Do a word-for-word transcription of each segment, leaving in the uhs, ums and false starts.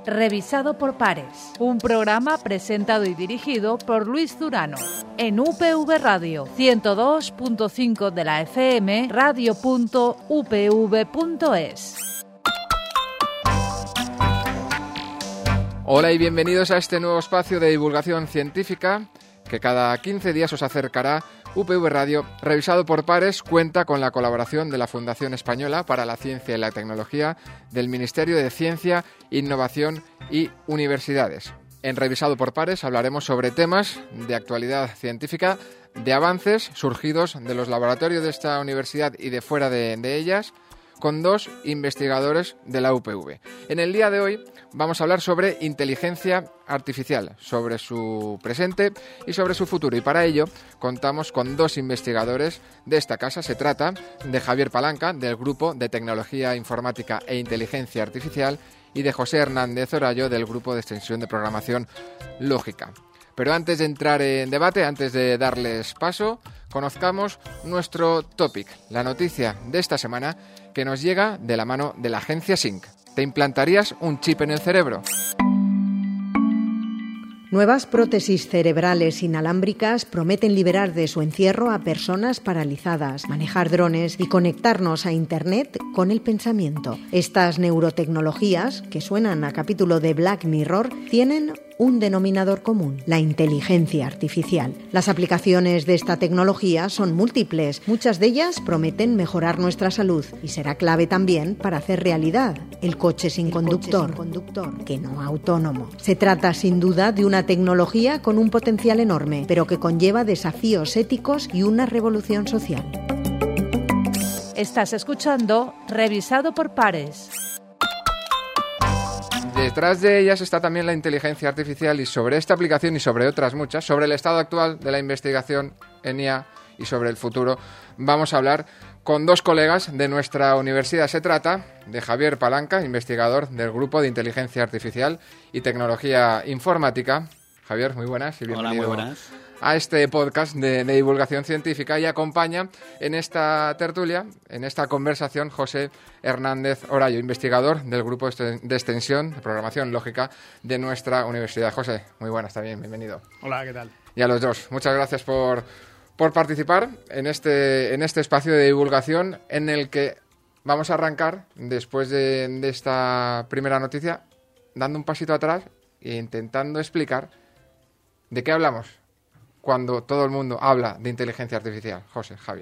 revisado por pares. Un programa presentado y dirigido por Luis Zurano. En U P V Radio, ciento dos punto cinco de la F M, radio punto u p v punto es. Hola y bienvenidos a este nuevo espacio de divulgación científica que cada quince días os acercará U P V Radio, revisado por pares. Cuenta con la colaboración de la Fundación Española para la Ciencia y la Tecnología, del Ministerio de Ciencia, Innovación y Universidades. En Revisado por Pares hablaremos sobre temas de actualidad científica, de avances surgidos de los laboratorios de esta universidad y de fuera de, de ellas, con dos investigadores de la U P V. En el día de hoy vamos a hablar sobre inteligencia artificial, sobre su presente y sobre su futuro. Y para ello contamos con dos investigadores de esta casa. Se trata de Javier Palanca, del Grupo de Tecnología Informática e Inteligencia Artificial, y de José Hernández Orallo, del Grupo de Extensión de Programación Lógica. Pero antes de entrar en debate, antes de darles paso, conozcamos nuestro topic, la noticia de esta semana que nos llega de la mano de la agencia S I N C. ¿Te implantarías un chip en el cerebro? Nuevas prótesis cerebrales inalámbricas prometen liberar de su encierro a personas paralizadas, manejar drones y conectarnos a Internet con el pensamiento. Estas neurotecnologías, que suenan a capítulo de Black Mirror, tienen un denominador común: la inteligencia artificial. Las aplicaciones de esta tecnología son múltiples. Muchas de ellas prometen mejorar nuestra salud y será clave también para hacer realidad el coche sin, el conductor, coche sin conductor, que no autónomo. Se trata sin duda de una tecnología con un potencial enorme, pero que conlleva desafíos éticos y una revolución social. Estás escuchando Revisado por Pares. Detrás de ellas está también la inteligencia artificial, y sobre esta aplicación y sobre otras muchas, sobre el estado actual de la investigación en I A y sobre el futuro, vamos a hablar con dos colegas de nuestra universidad. Se trata de Javier Palanca, investigador del Grupo de Inteligencia Artificial y Tecnología Informática. Javier, muy buenas y bienvenido. Hola, muy buenas. A este podcast de, de divulgación científica, y acompaña en esta tertulia, en esta conversación, José Hernández Orallo, investigador del Grupo de Extensión de Programación Lógica de nuestra universidad. José, muy buenas también, bienvenido. Hola, ¿qué tal? Y a los dos, muchas gracias por, por participar en este, en este espacio de divulgación en el que vamos a arrancar, después de, de esta primera noticia, dando un pasito atrás e intentando explicar de qué hablamos cuando todo el mundo habla de inteligencia artificial. José, Javi.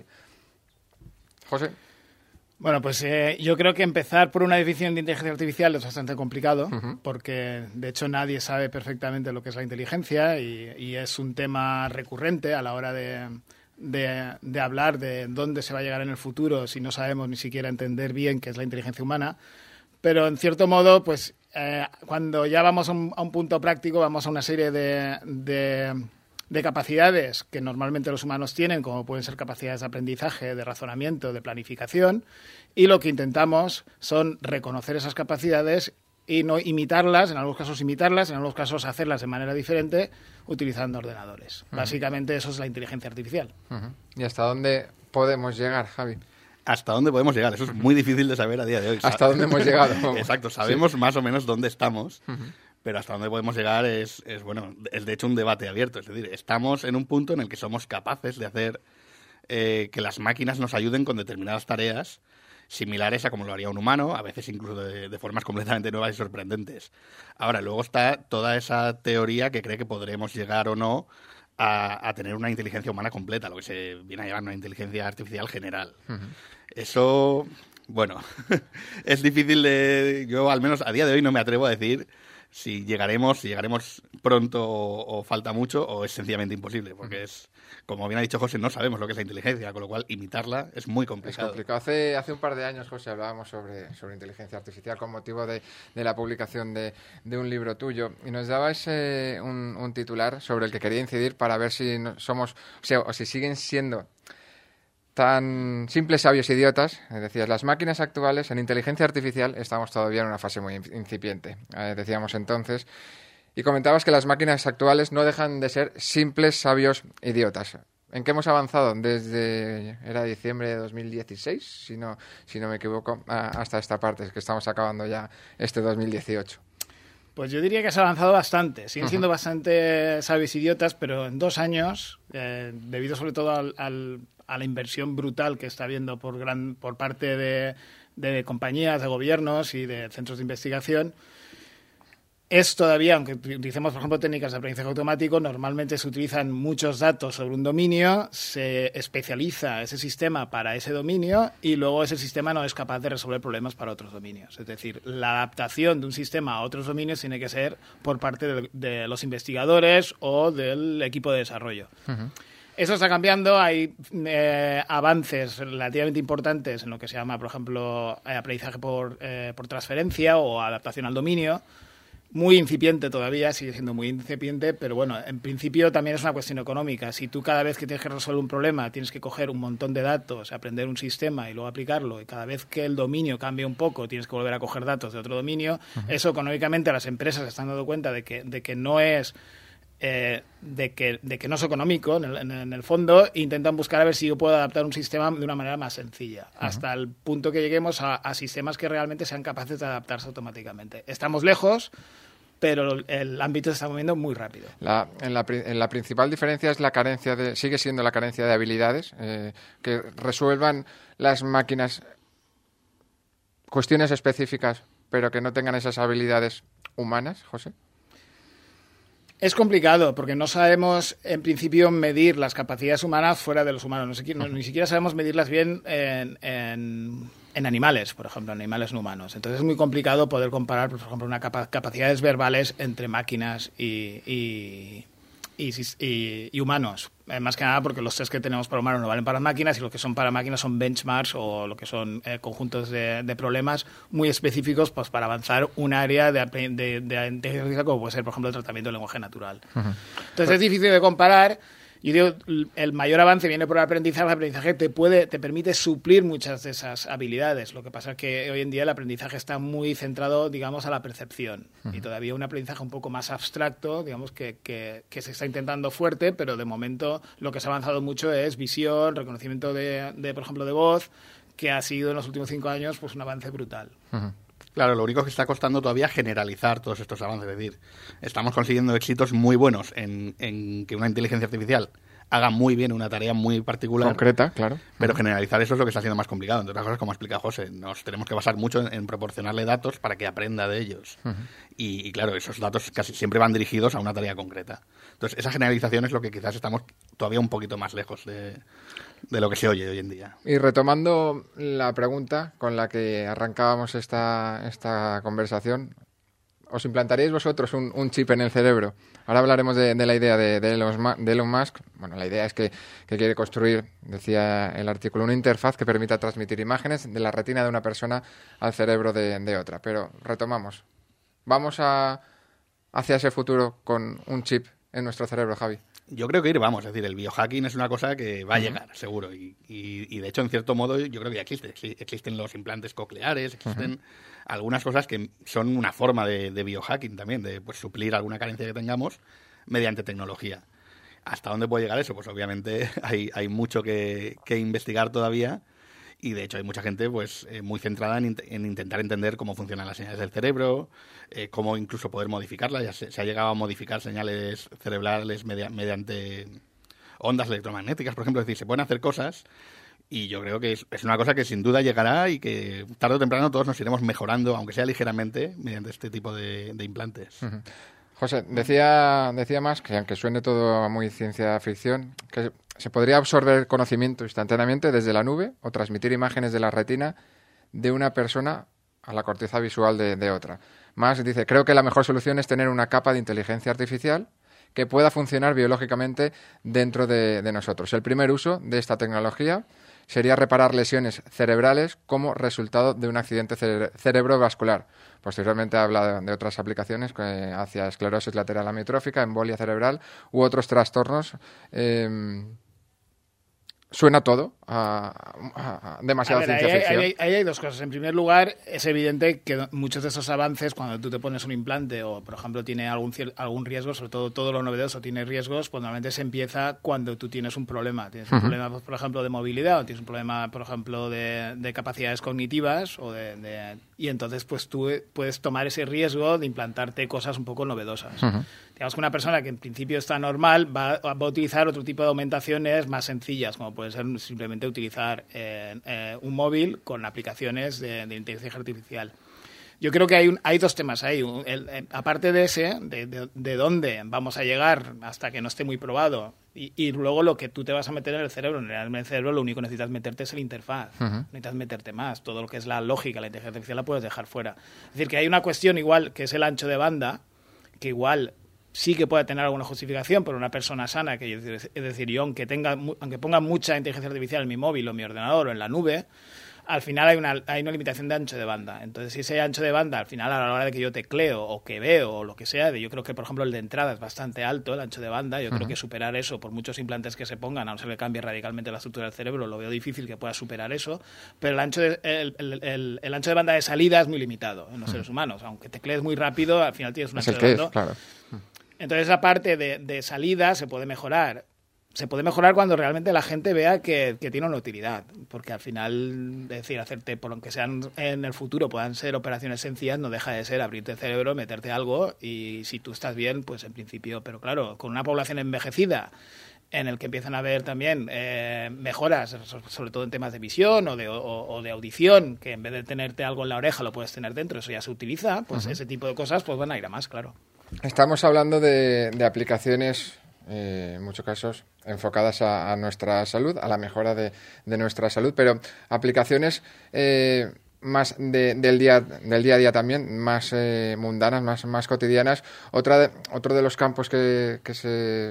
José. Bueno, pues eh, yo creo que empezar por una definición de inteligencia artificial es bastante complicado, uh-huh. porque de hecho nadie sabe perfectamente lo que es la inteligencia y, y es un tema recurrente a la hora de, de, de hablar de dónde se va a llegar en el futuro si no sabemos ni siquiera entender bien qué es la inteligencia humana. Pero en cierto modo, pues eh, cuando ya vamos a un, a un punto práctico, vamos a una serie de... de de capacidades que normalmente los humanos tienen, como pueden ser capacidades de aprendizaje, de razonamiento, de planificación, y lo que intentamos son reconocer esas capacidades y no imitarlas, en algunos casos imitarlas, en algunos casos hacerlas de manera diferente utilizando ordenadores. Uh-huh. Básicamente eso es la inteligencia artificial. Uh-huh. ¿Y hasta dónde podemos llegar, Javi? ¿Hasta dónde podemos llegar? Eso es muy difícil de saber a día de hoy. ¿Hasta dónde hemos llegado? Exacto, sabemos sí. más o menos dónde estamos. Uh-huh. Pero hasta dónde podemos llegar es, es, bueno, es de hecho un debate abierto. Es decir, estamos en un punto en el que somos capaces de hacer eh, que las máquinas nos ayuden con determinadas tareas similares a como lo haría un humano, a veces incluso de, de formas completamente nuevas y sorprendentes. Ahora, luego está toda esa teoría que cree que podremos llegar o no a, a tener una inteligencia humana completa, lo que se viene a llamar una inteligencia artificial general. Uh-huh. Eso, bueno, es difícil de... Yo, al menos a día de hoy, no me atrevo a decir si llegaremos, si llegaremos pronto o, o falta mucho, o es sencillamente imposible, porque es, como bien ha dicho José, no sabemos lo que es la inteligencia, con lo cual imitarla es muy complicado. Es complicado. Hace, hace un par de años, José, hablábamos sobre, sobre inteligencia artificial con motivo de, de la publicación de, de un libro tuyo, y nos dabais eh, un, un titular sobre el que quería incidir para ver si no, somos, o sea, o si siguen siendo tan simples, sabios, idiotas. Decías, las máquinas actuales en inteligencia artificial estamos todavía en una fase muy incipiente, eh, decíamos entonces, y comentabas que las máquinas actuales no dejan de ser simples, sabios, idiotas. ¿En qué hemos avanzado desde, era diciembre de dos mil dieciséis, si no, si no me equivoco, hasta esta parte, es que estamos acabando ya este dos mil dieciocho? Pues yo diría que se ha avanzado bastante. Siguen siendo uh-huh. bastante sabes idiotas, pero en dos años, eh, debido sobre todo al, al, a la inversión brutal que está habiendo por, gran, por parte de, de compañías, de gobiernos y de centros de investigación, es todavía, aunque utilicemos, por ejemplo, técnicas de aprendizaje automático, normalmente se utilizan muchos datos sobre un dominio, se especializa ese sistema para ese dominio y luego ese sistema no es capaz de resolver problemas para otros dominios. Es decir, la adaptación de un sistema a otros dominios tiene que ser por parte de, de los investigadores o del equipo de desarrollo. Uh-huh. Eso está cambiando, hay eh, avances relativamente importantes en lo que se llama, por ejemplo, eh, aprendizaje por, eh, por transferencia o adaptación al dominio. Muy incipiente todavía, sigue siendo muy incipiente, pero bueno, en principio también es una cuestión económica. Si tú cada vez que tienes que resolver un problema tienes que coger un montón de datos, aprender un sistema y luego aplicarlo, y cada vez que el dominio cambia un poco tienes que volver a coger datos de otro dominio, uh-huh. eso económicamente las empresas se están dando cuenta de que, de que no es... Eh, de, que, de que no es económico en el, en, en el fondo, e intentan buscar a ver si yo puedo adaptar un sistema de una manera más sencilla, uh-huh. hasta el punto que lleguemos a, a sistemas que realmente sean capaces de adaptarse automáticamente. Estamos lejos, pero el ámbito se está moviendo muy rápido. La, en la, en la principal diferencia es la carencia de, sigue siendo la carencia de habilidades eh, que resuelvan las máquinas cuestiones específicas, pero que no tengan esas habilidades humanas, José. Es complicado porque no sabemos, en principio, medir las capacidades humanas fuera de los humanos. No sé, no, ni siquiera sabemos medirlas bien en, en, en animales, por ejemplo, en animales no humanos. Entonces es muy complicado poder comparar, por ejemplo, una capa- capacidades verbales entre máquinas y, y, y, y, y humanos. Eh, más que nada porque los test que tenemos para humanos no valen para máquinas y los que son para máquinas son benchmarks o lo que son eh, conjuntos de, de problemas muy específicos pues para avanzar un área de, de, de inteligencia artificial como puede ser, por ejemplo, el tratamiento del lenguaje natural. Uh-huh. Entonces es difícil de comparar. Yo digo, el mayor avance viene por el aprendizaje. El aprendizaje te puede, te permite suplir muchas de esas habilidades. Lo que pasa es que hoy en día el aprendizaje está muy centrado, digamos, a la percepción. Uh-huh. Y todavía un aprendizaje un poco más abstracto, digamos, que, que, que se está intentando fuerte, pero de momento lo que se ha avanzado mucho es visión, reconocimiento de, de por ejemplo, de voz, que ha sido en los últimos cinco años pues un avance brutal. Uh-huh. Claro, lo único que está costando todavía generalizar todos estos avances. Es decir, estamos consiguiendo éxitos muy buenos en, en que una inteligencia artificial haga muy bien una tarea muy particular. Concreta, claro. Pero uh-huh. generalizar eso es lo que está siendo más complicado. Entre otras cosas, como explica José, nos tenemos que basar mucho en, en proporcionarle datos para que aprenda de ellos. Uh-huh. Y, y claro, esos datos casi siempre van dirigidos a una tarea concreta. Entonces, esa generalización es lo que quizás estamos todavía un poquito más lejos de, de lo que se oye hoy en día. Y retomando la pregunta con la que arrancábamos esta, esta conversación, ¿os implantaríais vosotros un, un chip en el cerebro? Ahora hablaremos de, de la idea de, de, Elon, de Elon Musk. Bueno, la idea es que, que quiere construir, decía el artículo, una interfaz que permita transmitir imágenes de la retina de una persona al cerebro de, de otra. Pero retomamos. ¿Vamos a, hacia ese futuro con un chip en nuestro cerebro, Javi? Yo creo que ir, vamos, es decir, el biohacking es una cosa que va a llegar, uh-huh. seguro. Y, y, y de hecho, en cierto modo, yo creo que ya existe. Existen los implantes cocleares, existen uh-huh. algunas cosas que son una forma de, de biohacking también, de pues, suplir alguna carencia que tengamos mediante tecnología. ¿Hasta dónde puede llegar eso? Pues obviamente hay, hay mucho que, que investigar todavía. Y de hecho hay mucha gente pues eh, muy centrada en, en intentar entender cómo funcionan las señales del cerebro, eh, cómo incluso poder modificarlas. Ya se, se ha llegado a modificar señales cerebrales media, mediante ondas electromagnéticas, por ejemplo. Es decir, se pueden hacer cosas y yo creo que es, es una cosa que sin duda llegará y que tarde o temprano todos nos iremos mejorando, aunque sea ligeramente, mediante este tipo de, de implantes. Uh-huh. José, decía, decía más que aunque suene todo muy ciencia ficción, que se podría absorber conocimiento instantáneamente desde la nube o transmitir imágenes de la retina de una persona a la corteza visual de, de otra. Más dice, creo que la mejor solución es tener una capa de inteligencia artificial que pueda funcionar biológicamente dentro de, de nosotros. El primer uso de esta tecnología sería reparar lesiones cerebrales como resultado de un accidente cere- cerebrovascular. Posteriormente habla de, de otras aplicaciones eh, hacia esclerosis lateral amiotrófica, embolia cerebral u otros trastornos eh, suena todo a, a, a demasiada a ver, ciencia ahí, ficción. Ahí, ahí hay dos cosas. En primer lugar, es evidente que muchos de esos avances, cuando tú te pones un implante o, por ejemplo, tiene algún, algún riesgo, sobre todo todo lo novedoso tiene riesgos, pues normalmente se empieza cuando tú tienes un problema. Tienes un uh-huh. problema, pues, por ejemplo, de movilidad o tienes un problema, por ejemplo, de, de capacidades cognitivas o de, de, y entonces pues tú puedes tomar ese riesgo de implantarte cosas un poco novedosas. Uh-huh. Digamos que una persona que en principio está normal va, va a utilizar otro tipo de aumentaciones más sencillas, como puede ser simplemente utilizar eh, eh, un móvil con aplicaciones de, de inteligencia artificial. Yo creo que hay, un, hay dos temas ahí. El, el, aparte de ese, de, de, de dónde vamos a llegar hasta que no esté muy probado, y, y luego lo que tú te vas a meter en el cerebro. En el cerebro lo único que necesitas meterte es el interfaz. Uh-huh. Necesitas meterte más. Todo lo que es la lógica, la inteligencia artificial la puedes dejar fuera. Es decir, que hay una cuestión igual, que es el ancho de banda, que igual sí que puede tener alguna justificación por una persona sana, que es decir, yo aunque tenga, aunque ponga mucha inteligencia artificial en mi móvil o en mi ordenador o en la nube, al final hay una, hay una limitación de ancho de banda. Entonces, si ese ancho de banda, al final, a la hora de que yo tecleo o que veo o lo que sea, yo creo que, por ejemplo, el de entrada es bastante alto, el ancho de banda. Yo uh-huh. creo que superar eso, por muchos implantes que se pongan, a no ser que cambie radicalmente la estructura del cerebro, lo veo difícil que pueda superar eso. Pero el ancho de, el, el, el, el ancho de banda de salida es muy limitado en los uh-huh. seres humanos. Aunque teclees muy rápido, al final tienes un es ancho el de que banda. Es, claro. Entonces, esa parte de, de salida se puede mejorar. Se puede mejorar cuando realmente la gente vea que, que tiene una utilidad, porque al final, es decir, hacerte, por aunque sean en el futuro, puedan ser operaciones sencillas, no deja de ser abrirte el cerebro, meterte algo y si tú estás bien, pues en principio, pero claro, con una población envejecida en el que empiezan a haber también eh, mejoras, sobre todo en temas de visión o de, o, o de audición, que en vez de tenerte algo en la oreja lo puedes tener dentro, eso ya se utiliza, pues uh-huh. ese tipo de cosas pues van a ir a más, claro. Estamos hablando de, de aplicaciones, eh, en muchos casos, enfocadas a, a nuestra salud, a la mejora de, de nuestra salud, pero aplicaciones eh, más de, del, día, del día a día también, más eh, mundanas, más, más cotidianas. Otra de, otro de los campos que, que se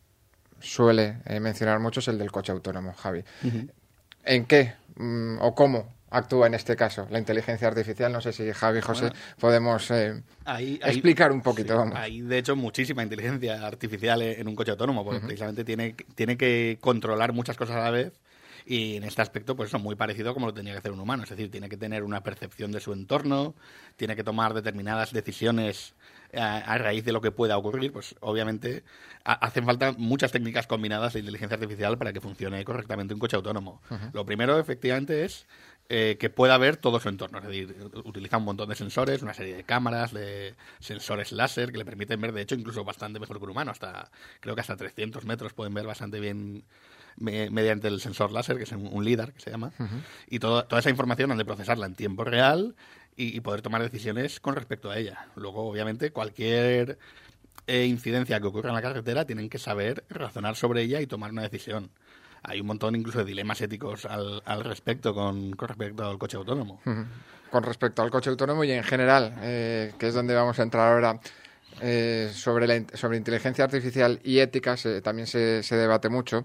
suele eh, mencionar mucho es el del coche autónomo, Javi. Uh-huh. ¿En qué mm, o cómo actúa en este caso la inteligencia artificial? No sé si Javi y José bueno, podemos eh, ahí, ahí, explicar un poquito. Sí, vamos. Hay, de hecho, muchísima inteligencia artificial en un coche autónomo, porque uh-huh. precisamente tiene, tiene que controlar muchas cosas a la vez. Y en este aspecto, pues eso, muy parecido como lo tenía que hacer un humano. Es decir, tiene que tener una percepción de su entorno, tiene que tomar determinadas decisiones a, a raíz de lo que pueda ocurrir. Pues obviamente a, hacen falta muchas técnicas combinadas de inteligencia artificial para que funcione correctamente un coche autónomo. Uh-huh. Lo primero, efectivamente, es eh, que pueda ver todo su entorno. Es decir, utiliza un montón de sensores, una serie de cámaras, de sensores láser que le permiten ver, de hecho, incluso bastante mejor que un humano. Hasta, creo que hasta trescientos metros pueden ver bastante bien mediante el sensor láser, que es un LIDAR, que se llama, uh-huh. y todo, toda esa información han de procesarla en tiempo real y, y poder tomar decisiones con respecto a ella. Luego, obviamente, cualquier eh, incidencia que ocurra en la carretera tienen que saber razonar sobre ella y tomar una decisión. Hay un montón incluso de dilemas éticos al, al respecto con, con respecto al coche autónomo. Uh-huh. Con respecto al coche autónomo y en general, eh, que es donde vamos a entrar ahora, eh, sobre, la, sobre inteligencia artificial y ética se, también se, se debate mucho.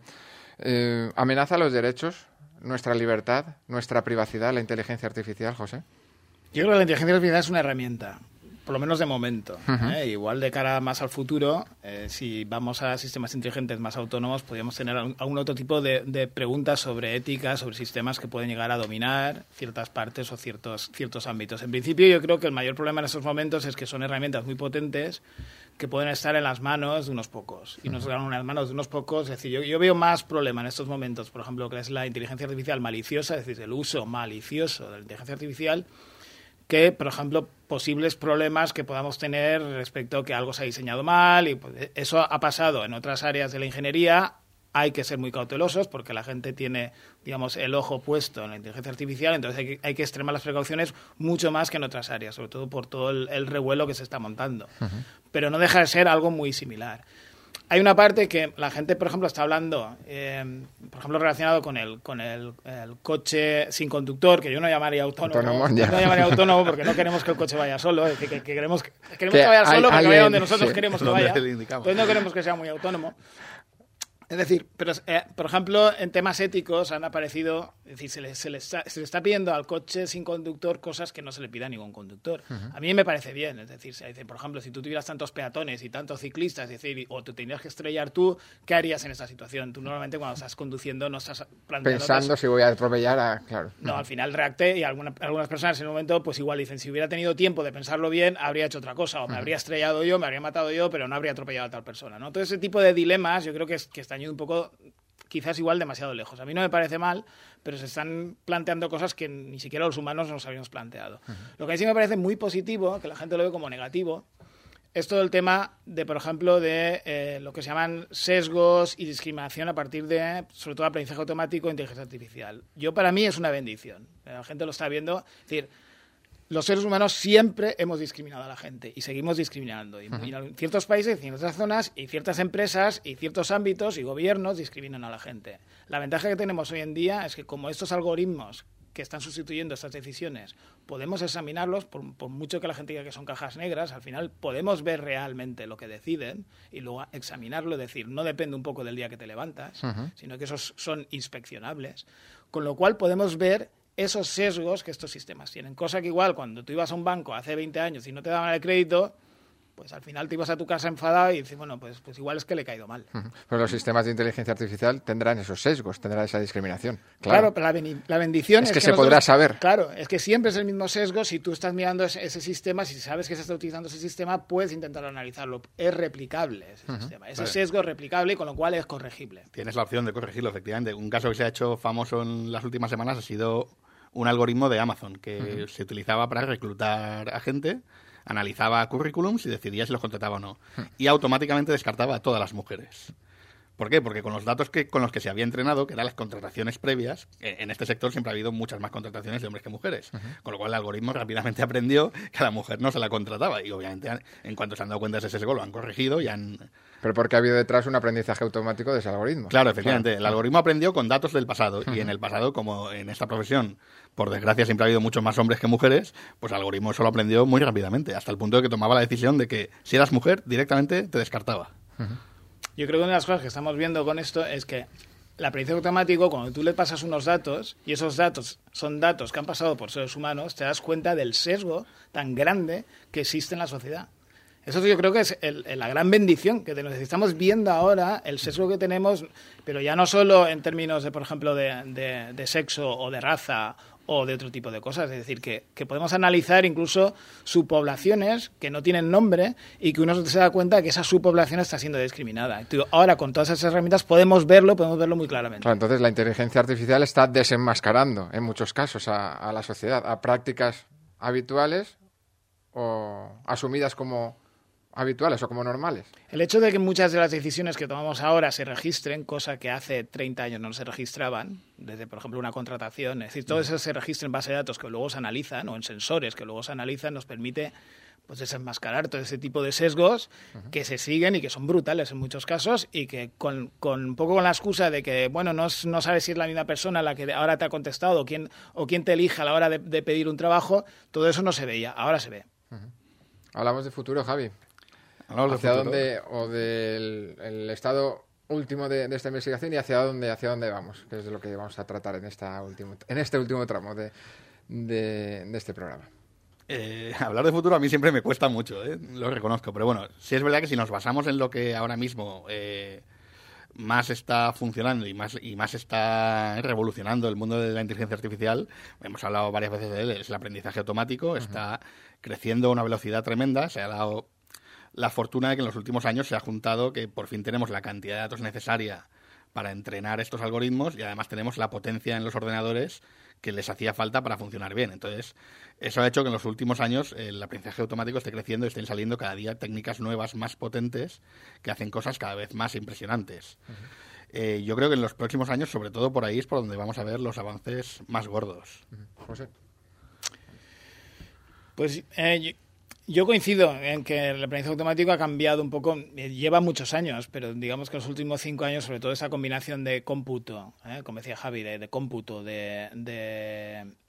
Eh, ¿Amenaza los derechos, nuestra libertad, nuestra privacidad, la inteligencia artificial, José? Yo creo que la inteligencia artificial es una herramienta, por lo menos de momento. Uh-huh. ¿eh? Igual de cara más al futuro, eh, si vamos a sistemas inteligentes más autónomos, podríamos tener algún otro tipo de, de preguntas sobre ética, sobre sistemas que pueden llegar a dominar ciertas partes o ciertos, ciertos ámbitos. En principio, yo creo que el mayor problema en estos momentos es que son herramientas muy potentes que pueden estar en las manos de unos pocos. Y no están en las manos de unos pocos. Es decir, yo, yo veo más problema en estos momentos, por ejemplo, que es la inteligencia artificial maliciosa, es decir, el uso malicioso de la inteligencia artificial, que, por ejemplo, posibles problemas que podamos tener respecto a que algo se ha diseñado mal. Y pues, eso ha pasado en otras áreas de la ingeniería. Hay que ser muy cautelosos porque la gente tiene, digamos, el ojo puesto en la inteligencia artificial, entonces hay que, hay que extremar las precauciones mucho más que en otras áreas, sobre todo por todo el, el revuelo que se está montando. Uh-huh. Pero no deja de ser algo muy similar. Hay una parte que la gente, por ejemplo, está hablando, eh, por ejemplo, relacionado con el con el, el coche sin conductor, que yo no llamaría autónomo. autónomo no llamaría autónomo porque no queremos que el coche vaya solo, que, que, que queremos, que, queremos que, que vaya solo, para que vaya donde nosotros sí, queremos que vaya. Entonces no queremos que sea muy autónomo. Es decir, pero eh, por ejemplo, en temas éticos han aparecido, es decir, se le, se, le está, se le está pidiendo al coche sin conductor cosas que no se le pida a ningún conductor. Uh-huh. A mí me parece bien, es decir, se dice, por ejemplo, si tú tuvieras tantos peatones y tantos ciclistas, es decir, o te tenías que estrellar tú, ¿qué harías en esta situación? Tú normalmente cuando estás conduciendo no estás planteando... Pensando otras... si voy a atropellar a... Claro. No, al final reacté y alguna, algunas personas en un momento pues igual dicen, si hubiera tenido tiempo de pensarlo bien, habría hecho otra cosa, o me uh-huh. habría estrellado yo, me habría matado yo, pero no habría atropellado a tal persona, ¿no? Todo ese tipo de dilemas yo creo que, es, que están yendo un poco... quizás igual demasiado lejos. A mí no me parece mal, pero se están planteando cosas que ni siquiera los humanos nos habíamos planteado. Uh-huh. Lo que a mí sí me parece muy positivo, que la gente lo ve como negativo, es todo el tema de, por ejemplo, de eh, lo que se llaman sesgos y discriminación a partir de, sobre todo, aprendizaje automático e inteligencia artificial. Yo, para mí, es una bendición. La gente lo está viendo. Es decir, los seres humanos siempre hemos discriminado a la gente y seguimos discriminando. Y, uh-huh. y en ciertos países, y en otras zonas, y ciertas empresas, y ciertos ámbitos y gobiernos discriminan a la gente. La ventaja que tenemos hoy en día es que como estos algoritmos que están sustituyendo estas decisiones, podemos examinarlos, por, por mucho que la gente diga que son cajas negras, al final podemos ver realmente lo que deciden y luego examinarlo, es decir, no depende un poco del día que te levantas, uh-huh. sino que esos son inspeccionables. Con lo cual podemos ver esos sesgos que estos sistemas tienen. Cosa que igual cuando tú ibas a un banco hace veinte años y no te daban el crédito, pues al final te ibas a tu casa enfadado y dices, bueno, pues, pues igual es que le he caído mal. Uh-huh. Pero los sistemas de inteligencia artificial tendrán esos sesgos, tendrán esa discriminación. Claro, claro pero la, ben- la bendición es, es que, que se nosotros, podrá saber. Claro, es que siempre es el mismo sesgo. Si tú estás mirando ese, ese sistema, si sabes que se está utilizando ese sistema, puedes intentar analizarlo. Es replicable ese uh-huh. sistema. Ese vale. sesgo es replicable y con lo cual es corregible. Tienes la opción de corregirlo, efectivamente. Un caso que se ha hecho famoso en las últimas semanas ha sido un algoritmo de Amazon que uh-huh. se utilizaba para reclutar a gente, analizaba currículums y decidía si los contrataba o no. Uh-huh. Y automáticamente descartaba a todas las mujeres. ¿Por qué? Porque con los datos que, con los que se había entrenado, que eran las contrataciones previas, en este sector siempre ha habido muchas más contrataciones de hombres que mujeres. Uh-huh. Con lo cual el algoritmo rápidamente aprendió que a la mujer no se la contrataba. Y obviamente en cuanto se han dado cuenta de ese sesgo lo han corregido y han... Pero porque ha habido detrás un aprendizaje automático de ese algoritmo. Claro, efectivamente. Claro. El algoritmo aprendió con datos del pasado. Uh-huh. Y en el pasado, como en esta profesión, por desgracia, siempre ha habido muchos más hombres que mujeres, pues el algoritmo eso lo aprendió muy rápidamente. Hasta el punto de que tomaba la decisión de que si eras mujer, directamente te descartaba. Uh-huh. Yo creo que una de las cosas que estamos viendo con esto es que el aprendizaje automático, cuando tú le pasas unos datos, y esos datos son datos que han pasado por seres humanos, te das cuenta del sesgo tan grande que existe en la sociedad. Eso yo creo que es el, la gran bendición que tenemos. Estamos viendo ahora el sesgo que tenemos, pero ya no solo en términos de, por ejemplo, de, de, de sexo o de raza o de otro tipo de cosas. Es decir, que, que podemos analizar incluso subpoblaciones que no tienen nombre y que uno se da cuenta que esa subpoblación está siendo discriminada. Entonces, ahora, con todas esas herramientas, podemos verlo, podemos verlo muy claramente. Claro, entonces, la inteligencia artificial está desenmascarando, en muchos casos, a, a la sociedad, a prácticas habituales o asumidas como habituales o como normales. El hecho de que muchas de las decisiones que tomamos ahora se registren, cosa que hace treinta años no se registraban, desde, por ejemplo, una contratación, es decir, todo eso se registra en base de datos que luego se analizan, o en sensores que luego se analizan, nos permite pues desenmascarar todo ese tipo de sesgos uh-huh. que se siguen y que son brutales en muchos casos y que con, con un poco con la excusa de que, bueno, no, no sabes si es la misma persona la que ahora te ha contestado o quién, o quién te elige a la hora de, de pedir un trabajo, todo eso no se veía, ahora se ve. Uh-huh. Hablamos de futuro, Javi. ¿Hacia dónde, o del el estado último de, de esta investigación y hacia dónde hacia dónde vamos? Que es de lo que vamos a tratar en esta último, en este último tramo de, de, de este programa. Eh, hablar de futuro a mí siempre me cuesta mucho, ¿eh? Lo reconozco. Pero bueno, sí es verdad que si nos basamos en lo que ahora mismo eh, más está funcionando y más, y más está revolucionando el mundo de la inteligencia artificial, hemos hablado varias veces de él, es el aprendizaje automático, uh-huh. está creciendo a una velocidad tremenda, se ha dado la fortuna de que en los últimos años se ha juntado que por fin tenemos la cantidad de datos necesaria para entrenar estos algoritmos y además tenemos la potencia en los ordenadores que les hacía falta para funcionar bien. Entonces, eso ha hecho que en los últimos años el aprendizaje automático esté creciendo y estén saliendo cada día técnicas nuevas más potentes que hacen cosas cada vez más impresionantes. Uh-huh. Eh, yo creo que en los próximos años, sobre todo por ahí, es por donde vamos a ver los avances más gordos. Uh-huh. José. Pues eh, yo... Yo coincido en que el aprendizaje automático ha cambiado un poco, lleva muchos años, pero digamos que en los últimos cinco años, sobre todo esa combinación de cómputo, ¿eh? como decía Javi, de, de cómputo, de, de,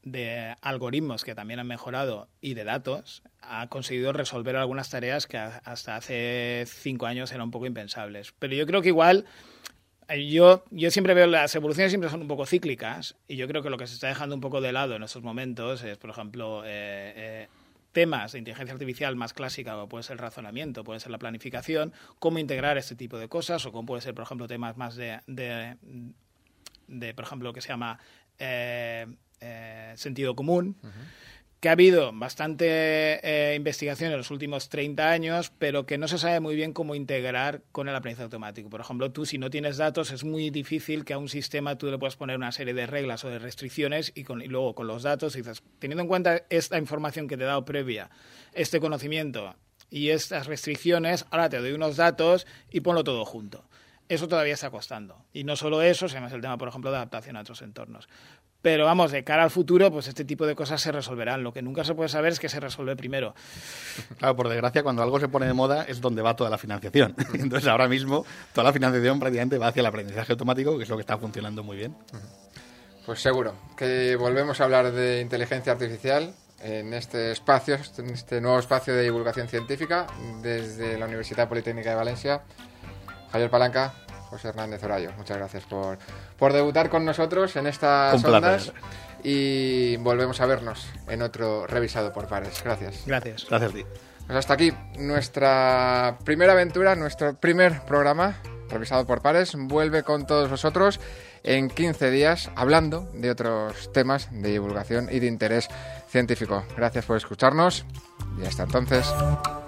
de algoritmos que también han mejorado y de datos, ha conseguido resolver algunas tareas que hasta hace cinco años eran un poco impensables. Pero yo creo que igual, yo, yo siempre veo las evoluciones siempre son un poco cíclicas, y yo creo que lo que se está dejando un poco de lado en estos momentos es, por ejemplo, eh, eh, temas de inteligencia artificial más clásica, como puede ser el razonamiento, puede ser la planificación, cómo integrar este tipo de cosas, o cómo puede ser, por ejemplo, temas más de, de, de por ejemplo, lo que se llama eh, eh, sentido común, uh-huh. que ha habido bastante eh, investigación en los últimos treinta años, pero que no se sabe muy bien cómo integrar con el aprendizaje automático. Por ejemplo, tú si no tienes datos es muy difícil que a un sistema tú le puedas poner una serie de reglas o de restricciones y, con, y luego con los datos dices, teniendo en cuenta esta información que te he dado previa, este conocimiento y estas restricciones, ahora te doy unos datos y ponlo todo junto. Eso todavía está costando. Y no solo eso, sino es el tema, por ejemplo, de adaptación a otros entornos. Pero vamos, de cara al futuro, pues este tipo de cosas se resolverán. Lo que nunca se puede saber es que se resuelve primero. Claro, por desgracia, cuando algo se pone de moda es donde va toda la financiación. Entonces, ahora mismo, toda la financiación prácticamente va hacia el aprendizaje automático, que es lo que está funcionando muy bien. Pues seguro que volvemos a hablar de inteligencia artificial en este espacio, en este nuevo espacio de divulgación científica desde la Universidad Politécnica de Valencia. Javier Palanca, José Hernández Orayo, muchas gracias por, por debutar con nosotros en estas ondas y volvemos a vernos en otro Revisado por Pares. Gracias. Gracias. Gracias a ti. Pues hasta aquí nuestra primera aventura, nuestro primer programa Revisado por Pares. Vuelve con todos vosotros en quince días hablando de otros temas de divulgación y de interés científico. Gracias por escucharnos y hasta entonces.